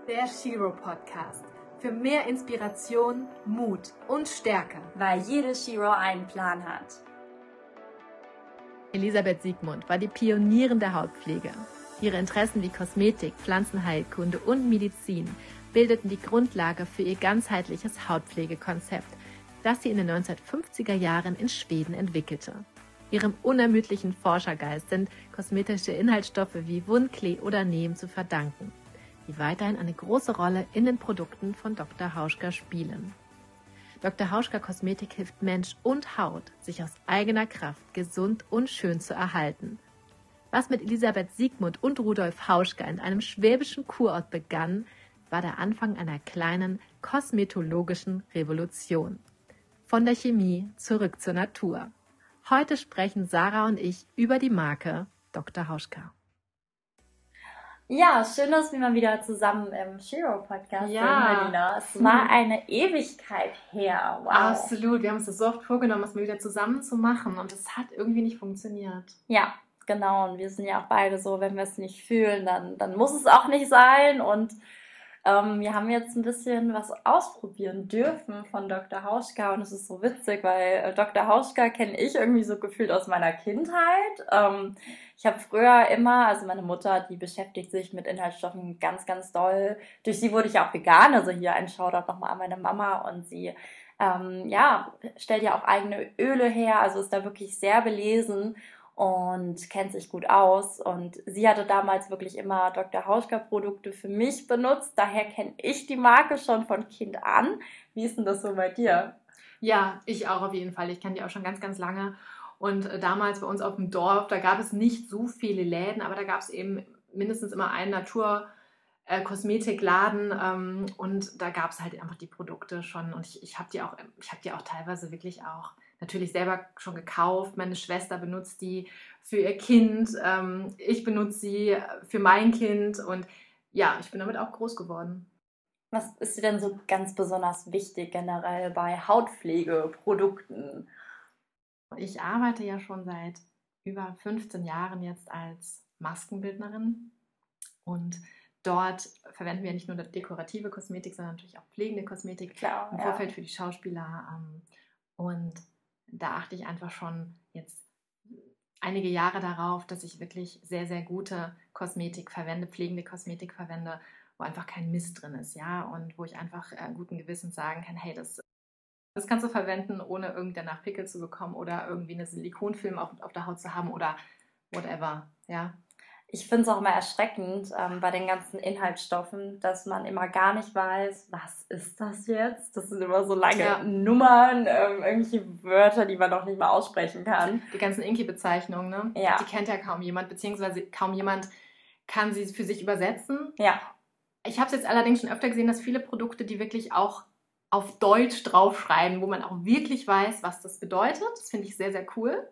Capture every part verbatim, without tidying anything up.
Der Shiro Podcast. Für mehr Inspiration, Mut und Stärke. Weil jede Shiro einen Plan hat. Elisabeth Siegmund war die Pionierin der Hautpflege. Ihre Interessen wie Kosmetik, Pflanzenheilkunde und Medizin bildeten die Grundlage für ihr ganzheitliches Hautpflegekonzept, das sie in den neunzehnhundertfünfziger Jahren in Schweden entwickelte. Ihrem unermüdlichen Forschergeist sind kosmetische Inhaltsstoffe wie Wundklee oder Neem zu verdanken, die weiterhin eine große Rolle in den Produkten von Doktor Hauschka spielen. Doktor Hauschka Kosmetik hilft Mensch und Haut, sich aus eigener Kraft gesund und schön zu erhalten. Was mit Elisabeth Siegmund und Rudolf Hauschka in einem schwäbischen Kurort begann, war der Anfang einer kleinen kosmetologischen Revolution. Von der Chemie zurück zur Natur. Heute sprechen Sarah und ich über die Marke Doktor Hauschka. Ja, schön, dass wir mal wieder zusammen im Shiro-Podcast Ja. sind, Melina. Es war eine Ewigkeit her. Wow. Absolut, wir haben uns das so oft vorgenommen, das mal wieder zusammen zu machen und es hat irgendwie nicht funktioniert. Ja, genau. Und wir sind ja auch beide so, wenn wir es nicht fühlen, dann, dann muss es auch nicht sein. Und ähm, wir haben jetzt ein bisschen was ausprobieren dürfen von Doktor Hauschka. Und es ist so witzig, weil äh, Doktor Hauschka kenne ich irgendwie so gefühlt aus meiner Kindheit. Ähm, Ich habe früher immer, also meine Mutter, die beschäftigt sich mit Inhaltsstoffen ganz, ganz doll. Durch sie wurde ich ja auch vegan, also hier ein Shoutout nochmal an meine Mama und sie, ähm, ja, stellt ja auch eigene Öle her, also ist da wirklich sehr belesen und kennt sich gut aus. Und sie hatte damals wirklich immer Doktor Hauschka Produkte für mich benutzt, daher kenne ich die Marke schon von Kind an. Wie ist denn das so bei dir? Ja, ich auch auf jeden Fall. Ich kenne die auch schon ganz, ganz lange. Und äh, damals bei uns auf dem Dorf, da gab es nicht so viele Läden, aber da gab es eben mindestens immer einen Natur-Kosmetikladen äh, ähm, und da gab es halt einfach die Produkte schon. Und ich, ich habe die auch, ich habe die auch teilweise wirklich auch natürlich selber schon gekauft. Meine Schwester benutzt die für ihr Kind, ähm, ich benutze sie für mein Kind und ja, ich bin damit auch groß geworden. Was ist dir denn so ganz besonders wichtig generell bei Hautpflegeprodukten? Ich arbeite ja schon seit über fünfzehn Jahren jetzt als Maskenbildnerin und dort verwenden wir nicht nur dekorative Kosmetik, sondern natürlich auch pflegende Kosmetik Klar, im ja. Vorfeld für die Schauspieler. Und da achte ich einfach schon jetzt einige Jahre darauf, dass ich wirklich sehr, sehr gute Kosmetik verwende, pflegende Kosmetik verwende, wo einfach kein Mist drin ist, ja, und wo ich einfach äh, guten Gewissens sagen kann, hey, das Das kannst du verwenden, ohne irgendwie danach Pickel zu bekommen oder irgendwie eine Silikonfilm auf, auf der Haut zu haben oder whatever, ja. Ich finde es auch immer erschreckend ähm, bei den ganzen Inhaltsstoffen, dass man immer gar nicht weiß, was ist das jetzt? Das sind immer so lange Ja. Nummern, ähm, irgendwelche Wörter, die man noch nicht mal aussprechen kann. Die ganzen Inki-Bezeichnungen, ne? Ja. Die kennt ja kaum jemand, beziehungsweise kaum jemand kann sie für sich übersetzen. Ja. Ich habe es jetzt allerdings schon öfter gesehen, dass viele Produkte, die wirklich auch auf Deutsch draufschreiben, wo man auch wirklich weiß, was das bedeutet. Das finde ich sehr, sehr cool.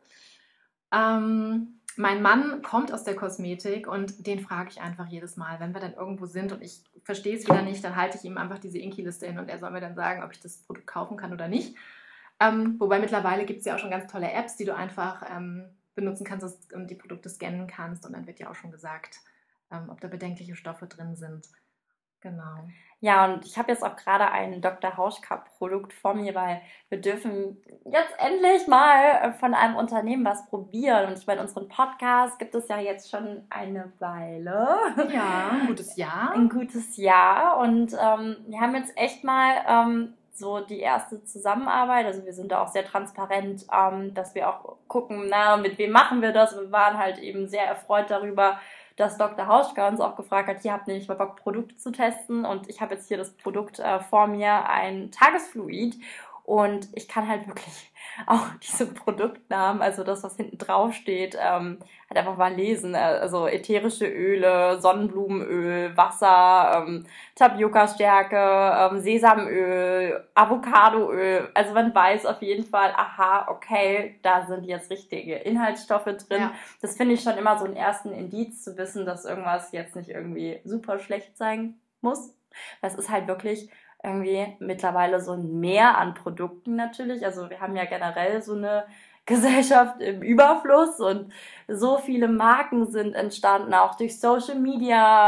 Ähm, mein Mann kommt aus der Kosmetik und den frage ich einfach jedes Mal, wenn wir dann irgendwo sind und ich verstehe es wieder nicht, dann halte ich ihm einfach diese Inki-Liste hin und er soll mir dann sagen, ob ich das Produkt kaufen kann oder nicht. Ähm, wobei mittlerweile gibt es ja auch schon ganz tolle Apps, die du einfach ähm, benutzen kannst und die Produkte scannen kannst und dann wird ja auch schon gesagt, ähm, ob da bedenkliche Stoffe drin sind. Genau. Ja, und ich habe jetzt auch gerade ein Doktor Hauschka-Produkt vor mir, weil wir dürfen jetzt endlich mal von einem Unternehmen was probieren. Und ich meine, unseren Podcast gibt es ja jetzt schon eine Weile. Ja, ein gutes Jahr. Ein gutes Jahr. Und ähm, wir haben jetzt echt mal ähm, so die erste Zusammenarbeit. Also wir sind da auch sehr transparent, ähm, dass wir auch gucken, na, mit wem machen wir das. Wir waren halt eben sehr erfreut darüber, dass Doktor Hauschka uns auch gefragt hat, hier habt ihr nicht mal Bock, Produkte zu testen, und ich habe jetzt hier das Produkt äh, vor mir, ein Tagesfluid, und ich kann halt wirklich auch diese Produktnamen, also das, was hinten drauf steht, ähm, halt einfach mal lesen, also ätherische Öle, Sonnenblumenöl, Wasser, ähm, Tapioca-Stärke, ähm, Sesamöl, Avocadoöl, also man weiß auf jeden Fall, aha, okay, da sind jetzt richtige Inhaltsstoffe drin. Ja. Das finde ich schon immer so einen ersten Indiz zu wissen, dass irgendwas jetzt nicht irgendwie super schlecht sein muss, weil es ist halt wirklich irgendwie mittlerweile so ein Mehr an Produkten natürlich. Also wir haben ja generell so eine Gesellschaft im Überfluss und so viele Marken sind entstanden, auch durch Social Media.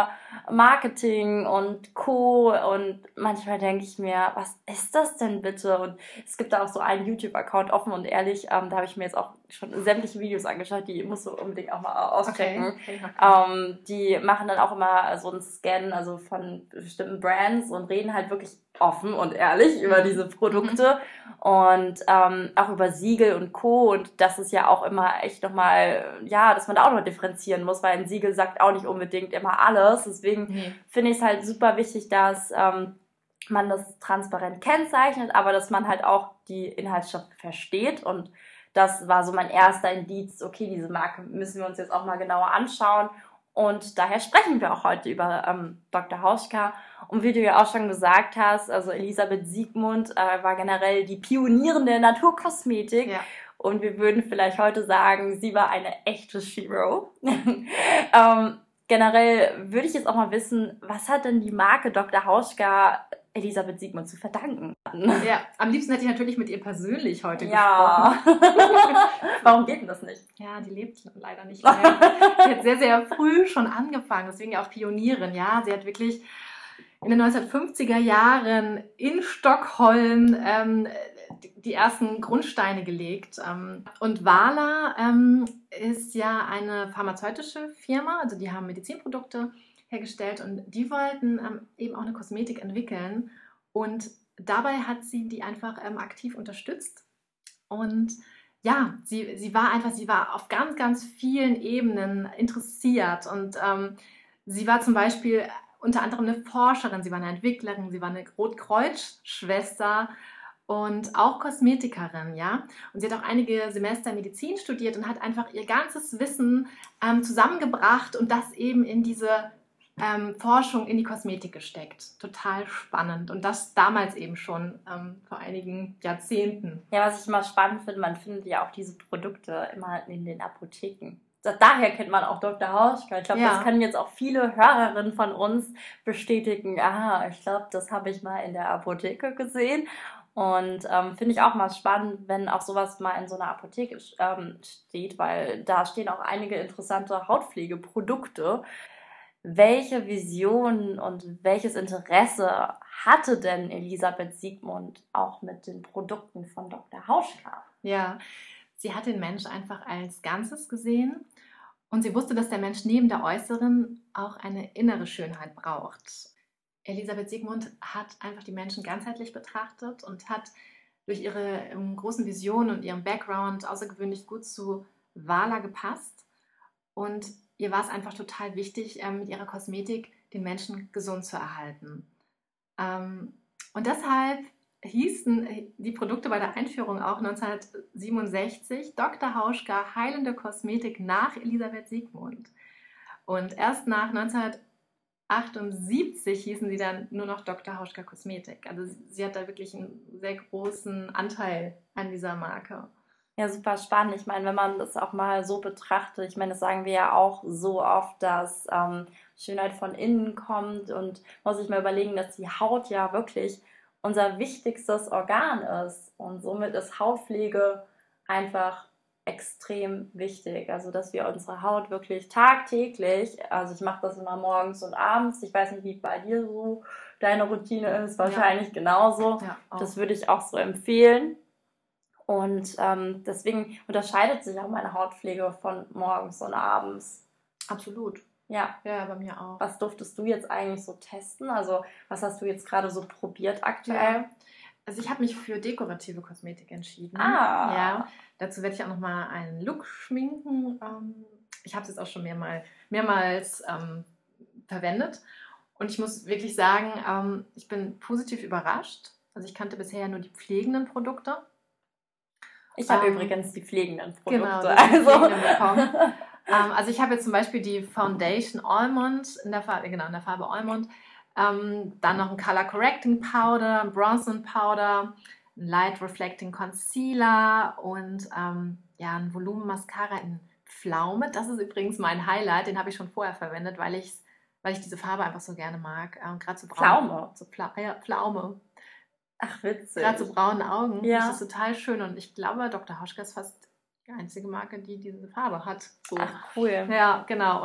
Marketing und Co. Und manchmal denke ich mir, was ist das denn bitte? Und es gibt da auch so einen YouTube-Account, offen und ehrlich, ähm, da habe ich mir jetzt auch schon sämtliche Videos angeschaut, die musst du unbedingt auch mal auschecken. Okay. Okay. Ähm, die machen dann auch immer so einen Scan, also von bestimmten Brands und reden halt wirklich offen und ehrlich über Mhm. diese Produkte und ähm, auch über Siegel und Co. Und das ist ja auch immer echt nochmal, ja, dass man da auch noch differenzieren muss, weil ein Siegel sagt auch nicht unbedingt immer alles. Deswegen Nee. finde ich es halt super wichtig, dass ähm, man das transparent kennzeichnet, aber dass man halt auch die Inhaltsstoffe versteht. Und das war so mein erster Indiz, okay, diese Marke müssen wir uns jetzt auch mal genauer anschauen. Und daher sprechen wir auch heute über ähm, Doktor Hauschka. Und wie du ja auch schon gesagt hast, also Elisabeth Siegmund äh, war generell die Pionierin der Naturkosmetik. Ja. Und wir würden vielleicht heute sagen, sie war eine echte Shero. ähm, generell würde ich jetzt auch mal wissen, was hat denn die Marke Doktor Hauschka Elisabeth Siegmund zu verdanken? Ja, am liebsten hätte ich natürlich mit ihr persönlich heute Ja. gesprochen. Warum geht denn das nicht? Ja, die lebt leider nicht mehr. Sie hat sehr, sehr früh schon angefangen, deswegen ja auch Pionierin. Ja, sie hat wirklich in den neunzehnhundertfünfziger Jahren in Stockholm ähm, die ersten Grundsteine gelegt. Ähm, und Wala ähm, ist ja eine pharmazeutische Firma, also die haben Medizinprodukte hergestellt und die wollten ähm, eben auch eine Kosmetik entwickeln und dabei hat sie die einfach ähm, aktiv unterstützt und ja, sie, sie war einfach, sie war auf ganz, ganz vielen Ebenen interessiert und ähm, sie war zum Beispiel unter anderem eine Forscherin, sie war eine Entwicklerin, sie war eine Rotkreuz-Schwester und auch Kosmetikerin, ja. Und sie hat auch einige Semester Medizin studiert und hat einfach ihr ganzes Wissen ähm, zusammengebracht und das eben in diese ähm, Forschung in die Kosmetik gesteckt. Total spannend. Und das damals eben schon, ähm, vor einigen Jahrzehnten. Ja, was ich immer spannend finde, man findet ja auch diese Produkte immer in den Apotheken. Daher kennt man auch Doktor Hauschka. Ich glaube, Ja. das können jetzt auch viele Hörerinnen von uns bestätigen. Aha, ich glaube, das habe ich mal in der Apotheke gesehen. Und ähm, finde ich auch mal spannend, wenn auch sowas mal in so einer Apotheke ähm, steht, weil da stehen auch einige interessante Hautpflegeprodukte. Welche Vision und welches Interesse hatte denn Elisabeth Siegmund auch mit den Produkten von Doktor Hauschka? Ja, sie hat den Mensch einfach als Ganzes gesehen und sie wusste, dass der Mensch neben der äußeren auch eine innere Schönheit braucht. Elisabeth Siegmund hat einfach die Menschen ganzheitlich betrachtet und hat durch ihre ähm, großen Visionen und ihren Background außergewöhnlich gut zu Wala gepasst. Und ihr war es einfach total wichtig, ähm, mit ihrer Kosmetik den Menschen gesund zu erhalten. Ähm, und deshalb hießen die Produkte bei der Einführung auch neunzehnhundertsiebenundsechzig Doktor Hauschka heilende Kosmetik nach Elisabeth Siegmund. Und erst nach neunzehnhundertachtundsiebzig hießen sie dann nur noch Doktor Hauschka Kosmetik. Also sie hat da wirklich einen sehr großen Anteil an dieser Marke. Ja, super spannend. Ich meine, wenn man das auch mal so betrachtet, ich meine, das sagen wir ja auch so oft, dass ähm, Schönheit von innen kommt und muss ich mal überlegen, dass die Haut ja wirklich unser wichtigstes Organ ist und somit ist Hautpflege einfach extrem wichtig. Also, dass wir unsere Haut wirklich tagtäglich, also ich mache das immer morgens und abends, ich weiß nicht, wie bei dir so deine Routine ist, wahrscheinlich ja. genauso. Ja, das würde ich auch so empfehlen. Und ähm, deswegen unterscheidet sich auch meine Hautpflege von morgens und abends. Absolut. Ja. Ja, bei mir auch. Was durftest du jetzt eigentlich so testen? Also was hast du jetzt gerade so probiert aktuell? Ja. Also ich habe mich für dekorative Kosmetik entschieden. Ah. Ja. Dazu werde ich auch nochmal einen Look schminken. Ich habe es jetzt auch schon mehrmal, mehrmals ähm, verwendet. Und ich muss wirklich sagen, ähm, ich bin positiv überrascht. Also ich kannte bisher nur die pflegenden Produkte. Ich habe ähm, übrigens die pflegenden Produkte. Genau, die also. pflegenden bekommen. ähm, also ich habe jetzt zum Beispiel die Foundation Almond in der Farbe, genau, in der Farbe Almond. Ähm, dann noch ein Color Correcting Powder, ein Bronzing Powder, ein Light Reflecting Concealer und ähm, ja, ein Volumen Mascara in Pflaume. Das ist übrigens mein Highlight, den habe ich schon vorher verwendet, weil, ich's, weil ich diese Farbe einfach so gerne mag. Ähm, Gerade so braun. Pflaume? So Pla ja, Pflaume. Ach, witzig. Gerade so braune Augen. Ja. Das ist total schön. Und ich glaube, Doktor Hauschka ist fast die einzige Marke, die diese Farbe hat. So. Ach, cool. Ja, genau. Und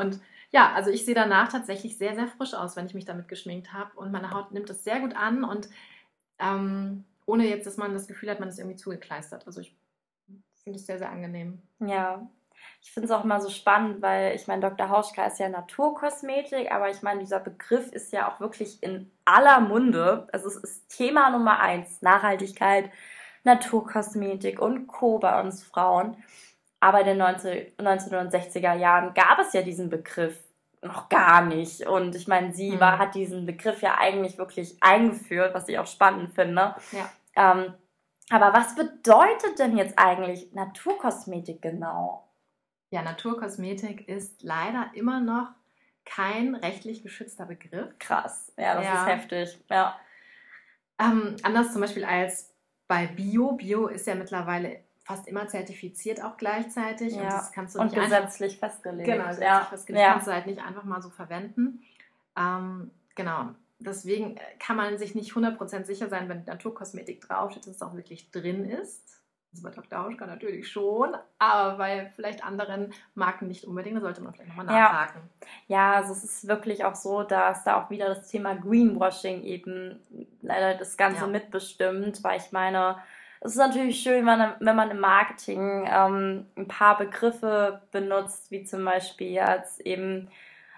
Ja, also ich sehe danach tatsächlich sehr, sehr frisch aus, wenn ich mich damit geschminkt habe. Und meine Haut nimmt es sehr gut an und ähm, ohne jetzt, dass man das Gefühl hat, man ist irgendwie zugekleistert. Also ich finde es sehr, sehr angenehm. Ja, ich finde es auch immer so spannend, weil ich meine, Doktor Hauschka ist ja Naturkosmetik, aber ich meine, dieser Begriff ist ja auch wirklich in aller Munde. Also es ist Thema Nummer eins, Nachhaltigkeit, Naturkosmetik und Co. bei uns Frauen. Aber in den neunzehnhundertsechziger Jahren gab es ja diesen Begriff noch gar nicht. Und ich meine, sie war, Mhm. hat diesen Begriff ja eigentlich wirklich eingeführt, was ich auch spannend finde. Ja. Ähm, aber was bedeutet denn jetzt eigentlich Naturkosmetik genau? Ja, Naturkosmetik ist leider immer noch kein rechtlich geschützter Begriff. Krass, ja, das Ja. ist heftig. Ja. Ähm, anders zum Beispiel als bei Bio. Bio ist ja mittlerweile fast immer zertifiziert auch gleichzeitig. Ja. Und das kannst du Und nicht gesetzlich einfach, festgelegt. Genau, gesetzlich ja. festgelegt. Ja. Kannst du halt nicht einfach mal so verwenden. Ähm, genau. Deswegen kann man sich nicht hundert Prozent sicher sein, wenn Naturkosmetik draufsteht, dass es auch wirklich drin ist. Also bei Doktor Hauschka natürlich schon, aber bei vielleicht anderen Marken nicht unbedingt. Da sollte man vielleicht nochmal nachhaken. Ja. ja, also es ist wirklich auch so, dass da auch wieder das Thema Greenwashing eben leider das Ganze Ja. mitbestimmt, weil ich meine, es ist natürlich schön, wenn, wenn man im Marketing ähm, ein paar Begriffe benutzt, wie zum Beispiel jetzt eben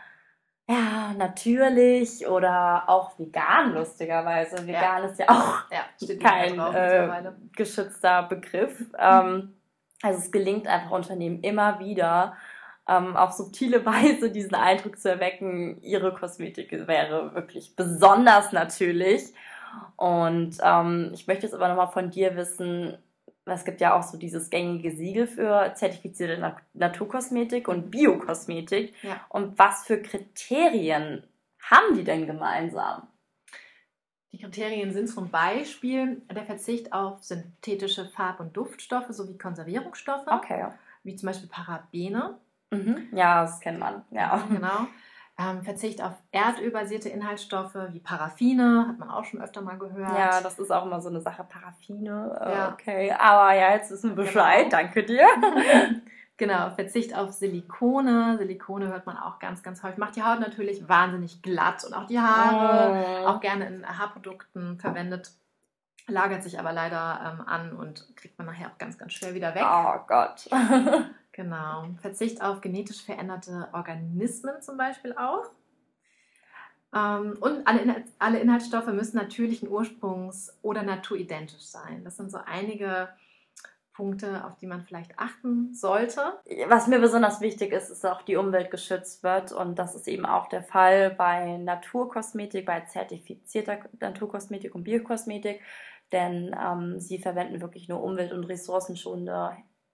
ja, natürlich oder auch vegan, lustigerweise. Vegan Ja. ist ja auch Ja, steht kein drauf äh, mittlerweile. geschützter Begriff. Ähm, also es gelingt einfach Unternehmen immer wieder, ähm, auf subtile Weise diesen Eindruck zu erwecken, ihre Kosmetik wäre wirklich besonders natürlich. Und ähm, ich möchte jetzt aber nochmal von dir wissen, es gibt ja auch so dieses gängige Siegel für zertifizierte Nat- Naturkosmetik und Biokosmetik. Ja. Und was für Kriterien haben die denn gemeinsam? Die Kriterien sind zum Beispiel der Verzicht auf synthetische Farb- und Duftstoffe sowie Konservierungsstoffe, Okay. wie zum Beispiel Parabene. Mhm. Ja, das kennt man. Ja. Genau. Ähm, Verzicht auf erdölbasierte Inhaltsstoffe wie Paraffine, hat man auch schon öfter mal gehört. Ja, das ist auch immer so eine Sache, Paraffine. Äh, Ja. Okay, aber ja, jetzt wissen wir Bescheid. Genau. Danke dir. Genau, Verzicht auf Silikone. Silikone hört man auch ganz, ganz häufig. Macht die Haut natürlich wahnsinnig glatt und auch die Haare, Mm. auch gerne in Haarprodukten verwendet, lagert sich aber leider ähm, an und kriegt man nachher auch ganz, ganz schwer wieder weg. Oh Gott. Genau. Verzicht auf genetisch veränderte Organismen zum Beispiel auch. Ähm, und alle, Inhalt, alle Inhaltsstoffe müssen natürlichen Ursprungs oder naturidentisch sein. Das sind so einige Punkte, auf die man vielleicht achten sollte. Was mir besonders wichtig ist, ist auch die Umwelt geschützt wird und das ist eben auch der Fall bei Naturkosmetik, bei zertifizierter Naturkosmetik und Biokosmetik, denn ähm, sie verwenden wirklich nur umwelt- und ressourcenschonende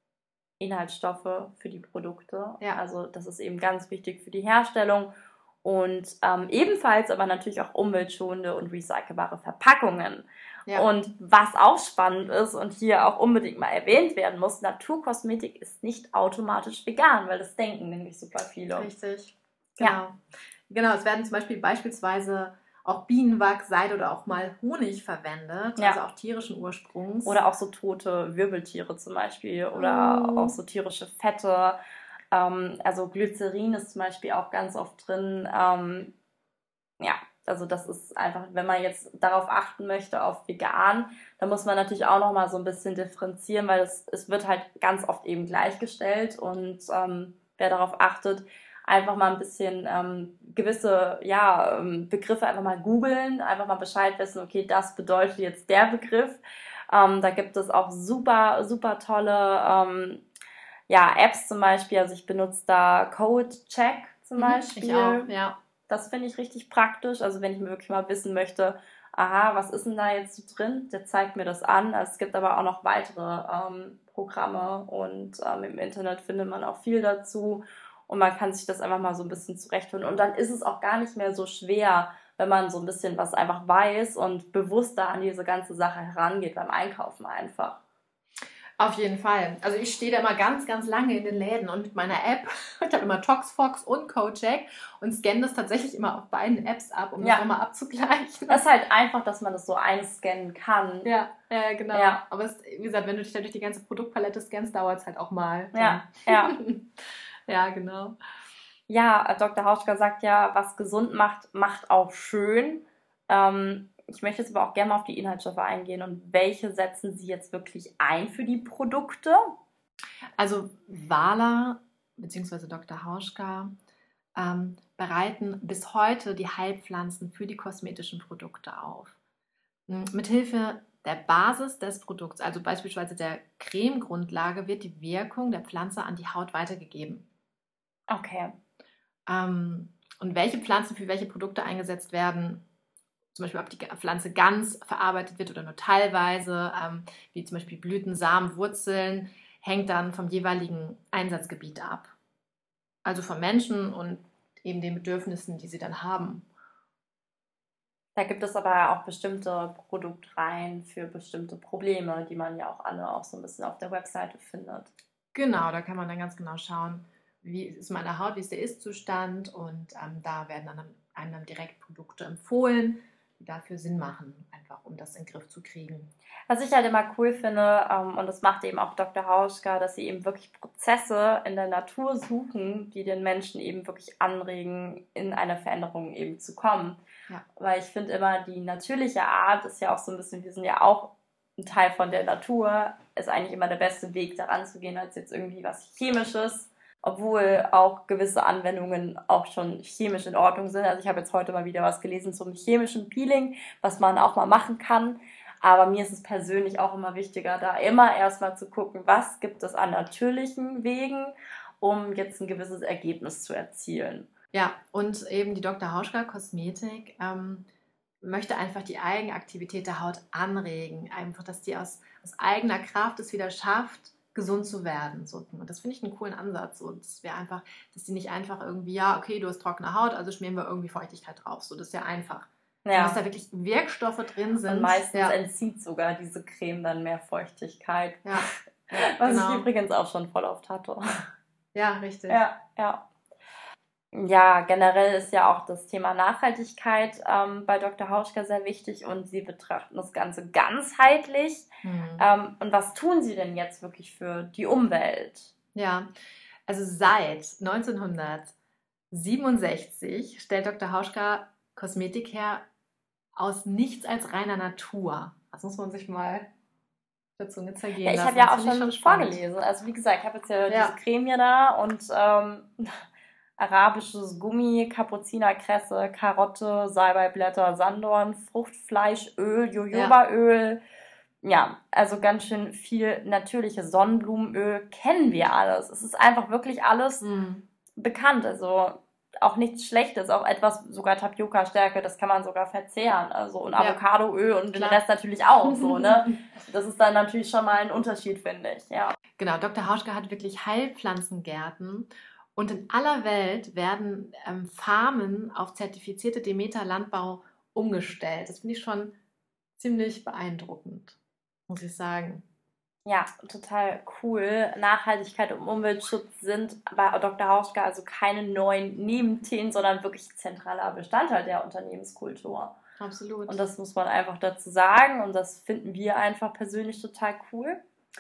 Inhaltsstoffe für die Produkte. Ja. Also das ist eben ganz wichtig für die Herstellung und ähm, ebenfalls aber natürlich auch umweltschonende und recycelbare Verpackungen. Ja. Und was auch spannend ist und hier auch unbedingt mal erwähnt werden muss, Naturkosmetik ist nicht automatisch vegan, weil das denken nämlich super viele. Richtig. Genau. Ja. Genau, es werden zum Beispiel beispielsweise auch Bienenwachs, Seide oder auch mal Honig verwendet, Ja. also auch tierischen Ursprungs. Oder auch so tote Wirbeltiere zum Beispiel oder Oh. auch so tierische Fette. Ähm, also Glycerin ist zum Beispiel auch ganz oft drin. Ähm, ja, also das ist einfach, wenn man jetzt darauf achten möchte, auf vegan, dann muss man natürlich auch nochmal so ein bisschen differenzieren, weil es, es wird halt ganz oft eben gleichgestellt und ähm, wer darauf achtet, einfach mal ein bisschen ähm, gewisse ja, ähm, Begriffe einfach mal googeln, einfach mal Bescheid wissen, okay, das bedeutet jetzt der Begriff. Ähm, da gibt es auch super, super tolle ähm, ja, Apps zum Beispiel. Also ich benutze da CodeCheck zum Beispiel. Ich auch, ja. Das finde ich richtig praktisch. Also wenn ich mir wirklich mal wissen möchte, aha, was ist denn da jetzt so drin? Der zeigt mir das an. Also es gibt aber auch noch weitere ähm, Programme und ähm, im Internet findet man auch viel dazu und man kann sich das einfach mal so ein bisschen zurechtfinden. Und dann ist es auch gar nicht mehr so schwer, wenn man so ein bisschen was einfach weiß und bewusster an diese ganze Sache herangeht beim Einkaufen einfach. Auf jeden Fall. Also ich stehe da immer ganz, ganz lange in den Läden und mit meiner App, ich habe immer ToxFox und CodeCheck und scanne das tatsächlich immer auf beiden Apps ab, um Ja. das nochmal abzugleichen. Das ist halt einfach, dass man das so einscannen kann. Ja, äh, genau. Ja. Aber es, wie gesagt, wenn du dich da durch die ganze Produktpalette scannst, dauert es halt auch mal. Ja, ja. Ja, genau. Ja, Doktor Hauschka sagt ja, was gesund macht, macht auch schön. Ähm, ich möchte jetzt aber auch gerne mal auf die Inhaltsstoffe eingehen und welche setzen Sie jetzt wirklich ein für die Produkte? Also Wahler bzw. Doktor Hauschka ähm, bereiten bis heute die Heilpflanzen für die kosmetischen Produkte auf. Mithilfe der Basis des Produkts, also beispielsweise der Cremegrundlage, wird die Wirkung der Pflanze an die Haut weitergegeben. Okay. Ähm, und welche Pflanzen für welche Produkte eingesetzt werden, zum Beispiel ob die Pflanze ganz verarbeitet wird oder nur teilweise, ähm, wie zum Beispiel Blüten, Samen, Wurzeln, hängt dann vom jeweiligen Einsatzgebiet ab. Also vom Menschen und eben den Bedürfnissen, die sie dann haben. Da gibt es aber auch bestimmte Produktreihen für bestimmte Probleme, die man ja auch alle auch so ein bisschen auf der Webseite findet. Genau, da kann man dann ganz genau schauen, wie ist meine Haut, wie ist der Ist-Zustand und ähm, da werden dann einem dann direkt Produkte empfohlen, die dafür Sinn machen, einfach um das in den Griff zu kriegen. Was ich halt immer cool finde, ähm, und das macht eben auch Doktor Hauschka, dass sie eben wirklich Prozesse in der Natur suchen, die den Menschen eben wirklich anregen, in eine Veränderung eben zu kommen. Ja. Weil ich finde immer, die natürliche Art ist ja auch so ein bisschen, wir sind ja auch ein Teil von der Natur, ist eigentlich immer der beste Weg, daran zu gehen, als jetzt irgendwie was Chemisches, obwohl auch gewisse Anwendungen auch schon chemisch in Ordnung sind. Also ich habe jetzt heute mal wieder was gelesen zum chemischen Peeling, was man auch mal machen kann. Aber mir ist es persönlich auch immer wichtiger, da immer erstmal zu gucken, was gibt es an natürlichen Wegen, um jetzt ein gewisses Ergebnis zu erzielen. Ja, und eben die Doktor Hauschka Kosmetik ähm, möchte einfach die Eigenaktivität der Haut anregen. Einfach, dass die aus, aus eigener Kraft es wieder schafft, gesund zu werden. So. Und das finde ich einen coolen Ansatz. So. Das wäre einfach, dass die nicht einfach irgendwie, ja, okay, du hast trockene Haut, also schmieren wir irgendwie Feuchtigkeit drauf. So, das ist ja einfach. Ja. Dass da wirklich Wirkstoffe drin sind. Und meistens ja. entzieht sogar diese Creme dann mehr Feuchtigkeit. Ja. Ja, was genau. ich übrigens auch schon voll oft hatte. Ja, richtig. Ja, ja. Ja, generell ist ja auch das Thema Nachhaltigkeit ähm, bei Doktor Hauschka sehr wichtig und sie betrachten das Ganze ganzheitlich. Mhm. Ähm, und was tun sie denn jetzt wirklich für die Umwelt? Ja, also seit neunzehnhundertsiebenundsechzig stellt Doktor Hauschka Kosmetik her aus nichts als reiner Natur. Das muss man sich mal dazu nicht zergehen ja, ich lassen. habe ja auch schon, schon vorgelesen. Also wie gesagt, ich habe jetzt ja, ja diese Creme hier da und ähm, arabisches Gummi, Kapuzinerkresse, Karotte, Salbeiblätter, Sanddorn, Fruchtfleischöl, Jojobaöl. Ja. ja, also ganz schön viel natürliches Sonnenblumenöl kennen wir alles. Es ist einfach wirklich alles mhm. bekannt. Also auch nichts Schlechtes, auch etwas, sogar Tapioca-Stärke, das kann man sogar verzehren. Also und Avocadoöl und den Rest natürlich auch so, ne? Das ist dann natürlich schon mal ein Unterschied, finde ich, ja. Genau, Doktor Hauschka hat wirklich Heilpflanzengärten. Und in aller Welt werden ähm, Farmen auf zertifizierte Demeter-Landbau umgestellt. Das finde ich schon ziemlich beeindruckend, muss ich sagen. Ja, total cool. Nachhaltigkeit und Umweltschutz sind bei Doktor Hauschka also keine neuen Nebenthemen, sondern wirklich zentraler Bestandteil der Unternehmenskultur. Absolut. Und das muss man einfach dazu sagen und das finden wir einfach persönlich total cool.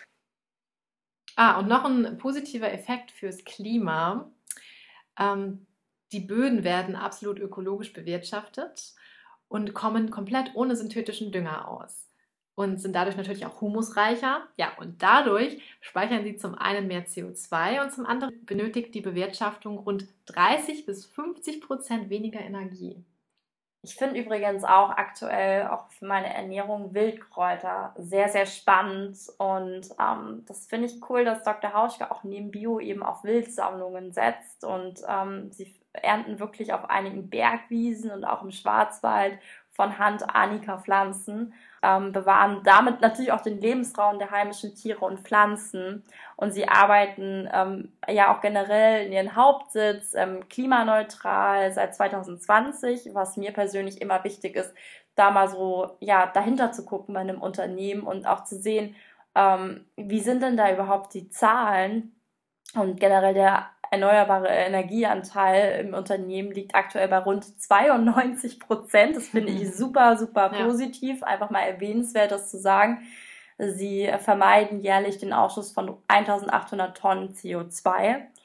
Ah, und noch ein positiver Effekt fürs Klima. Ähm, die Böden werden absolut ökologisch bewirtschaftet und kommen komplett ohne synthetischen Dünger aus. Und sind dadurch natürlich auch humusreicher. Ja, und dadurch speichern sie zum einen mehr C O zwei und zum anderen benötigt die Bewirtschaftung rund dreißig bis fünfzig Prozent weniger Energie. Ich finde übrigens auch aktuell auch für meine Ernährung Wildkräuter sehr, sehr spannend und ähm, das finde ich cool, dass Doktor Hauschka auch neben Bio eben auf Wildsammlungen setzt und ähm, sie ernten wirklich auf einigen Bergwiesen und auch im Schwarzwald von Hand Arnika-Pflanzen, ähm, bewahren damit natürlich auch den Lebensraum der heimischen Tiere und Pflanzen und sie arbeiten ähm, ja auch generell in ihren Hauptsitz ähm, klimaneutral seit zwanzig zwanzig, was mir persönlich immer wichtig ist, da mal so ja dahinter zu gucken bei einem Unternehmen und auch zu sehen, ähm, wie sind denn da überhaupt die Zahlen und generell der erneuerbare Energieanteil im Unternehmen liegt aktuell bei rund zweiundneunzig Prozent. Das finde ich super, super positiv. Ja. Einfach mal erwähnenswert, das zu sagen. Sie vermeiden jährlich den Ausstoß von eintausendachthundert Tonnen C O zwei.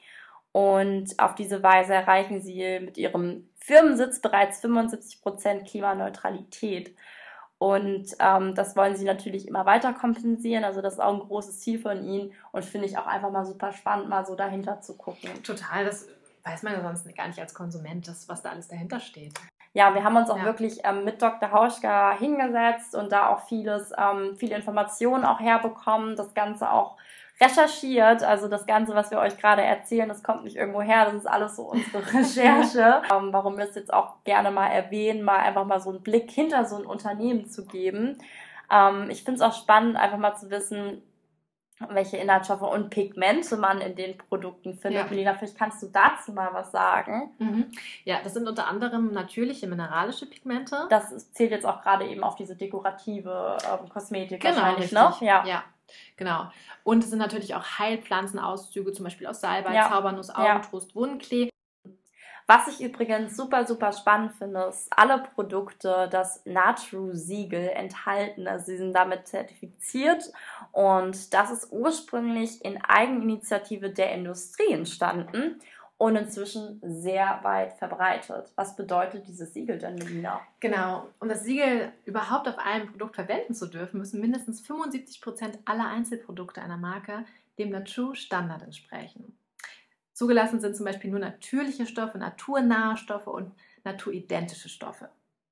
Und auf diese Weise erreichen sie mit ihrem Firmensitz bereits fünfundsiebzig Prozent Klimaneutralität. Und ähm, das wollen sie natürlich immer weiter kompensieren. Also das ist auch ein großes Ziel von ihnen. Und finde ich auch einfach mal super spannend, mal so dahinter zu gucken. Total, das weiß man ja sonst gar nicht als Konsument, das, was da alles dahinter steht. Ja, wir haben uns auch Ja. wirklich ähm, mit Doktor Hauschka hingesetzt und da auch vieles, ähm, viele Informationen auch herbekommen, das Ganze auch recherchiert. Also das Ganze, was wir euch gerade erzählen, das kommt nicht irgendwo her, das ist alles so unsere Recherche. ähm, warum wir es jetzt auch gerne mal erwähnen, mal einfach mal so einen Blick hinter so ein Unternehmen zu geben. Ähm, ich finde es auch spannend, einfach mal zu wissen, welche Inhaltsstoffe und Pigmente man in den Produkten findet. Ja. Melina, vielleicht kannst du dazu mal was sagen. Mhm. Ja, das sind unter anderem natürliche mineralische Pigmente. Das zählt jetzt auch gerade eben auf diese dekorative ähm, Kosmetik Genau, wahrscheinlich, richtig. ne? Ja. ja, genau. Und es sind natürlich auch Heilpflanzenauszüge, zum Beispiel aus Salbei, Ja. Zaubernuss, Ja. Augentrost, Wundenklee. Was ich übrigens super, super spannend finde, ist, alle Produkte das Natru-Siegel enthalten. Also sie sind damit zertifiziert und das ist ursprünglich in Eigeninitiative der Industrie entstanden und inzwischen sehr weit verbreitet. Was bedeutet dieses Siegel denn, Melina? Genau. Um das Siegel überhaupt auf einem Produkt verwenden zu dürfen, müssen mindestens fünfundsiebzig Prozent aller Einzelprodukte einer Marke dem Natur-Standard entsprechen. Zugelassen sind zum Beispiel nur natürliche Stoffe, naturnahe Stoffe und naturidentische Stoffe.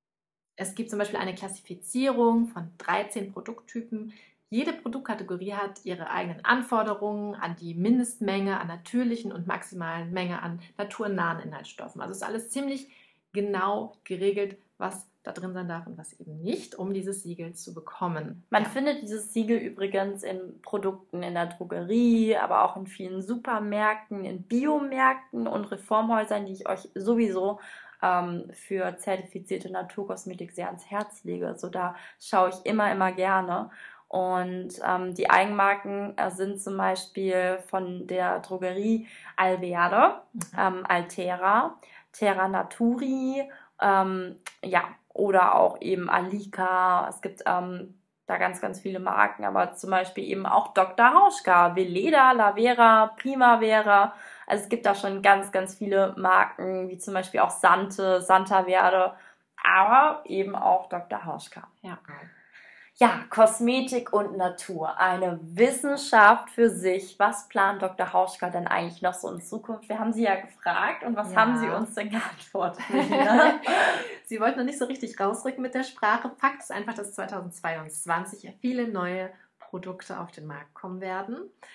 Es gibt zum Beispiel eine Klassifizierung von dreizehn Produkttypen. Jede Produktkategorie hat ihre eigenen Anforderungen an die Mindestmenge an natürlichen und maximalen Menge an naturnahen Inhaltsstoffen. Also ist alles ziemlich genau geregelt, was da drin sein darf und was eben nicht, um dieses Siegel zu bekommen. Man ja. findet dieses Siegel übrigens in Produkten in der Drogerie, aber auch in vielen Supermärkten, in Biomärkten und Reformhäusern, die ich euch sowieso ähm, für zertifizierte Naturkosmetik sehr ans Herz lege. Also da schaue ich immer, immer gerne. Und ähm, die Eigenmarken äh, sind zum Beispiel von der Drogerie Alverde, Mhm. ähm, Altera, Terra Naturi, ähm, ja, oder auch eben Alika. Es gibt ähm, da ganz, ganz viele Marken, aber zum Beispiel eben auch Doktor Hauschka, Veleda, Lavera, Primavera. Also es gibt da schon ganz, ganz viele Marken, wie zum Beispiel auch Sante, Santa Verde, aber eben auch Doktor Hauschka. Ja. Ja, Kosmetik und Natur, eine Wissenschaft für sich. Was plant Doktor Hauschka denn eigentlich noch so in Zukunft? Wir haben sie ja gefragt und was Ja. haben sie uns denn geantwortet? Sie wollten noch nicht so richtig rausrücken mit der Sprache. Fakt ist einfach, dass zweitausendzweiundzwanzig viele neue Produkte auf den Markt kommen werden.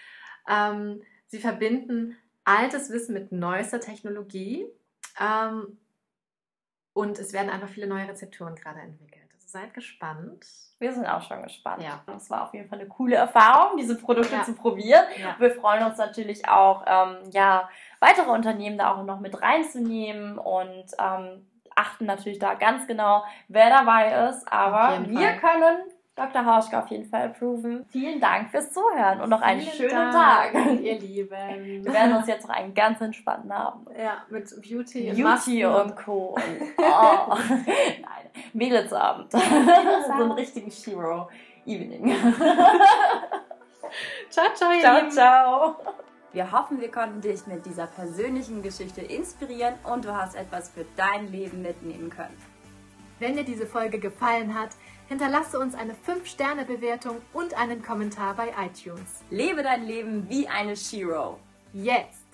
Ähm, sie verbinden altes Wissen mit neuester Technologie ähm, und es werden einfach viele neue Rezepturen gerade entwickelt. Also seid gespannt. Wir sind auch schon gespannt. Ja. Es war auf jeden Fall eine coole Erfahrung, diese Produkte Ja. zu probieren. Ja. Wir freuen uns natürlich auch, ähm, ja, weitere Unternehmen da auch noch mit reinzunehmen und ähm, achten natürlich da ganz genau, wer dabei ist. Aber wir Fall. können Doktor Hauschka auf jeden Fall approven. Vielen Dank fürs Zuhören und noch einen Vielen schönen Dank, Tag. ihr Lieben. Wir werden uns jetzt noch einen ganz entspannten Abend. Ja, mit Beauty, Beauty und, und Co. Und, oh. Nein, Mädelsabend. So einen richtigen Shiro-Evening. Ciao, ciao, ihr Ciao, Lieben. ciao. Wir hoffen, wir konnten dich mit dieser persönlichen Geschichte inspirieren und du hast etwas für dein Leben mitnehmen können. Wenn dir diese Folge gefallen hat, hinterlasse uns eine fünf Sterne Bewertung und einen Kommentar bei iTunes. Lebe dein Leben wie eine Shiro. Jetzt!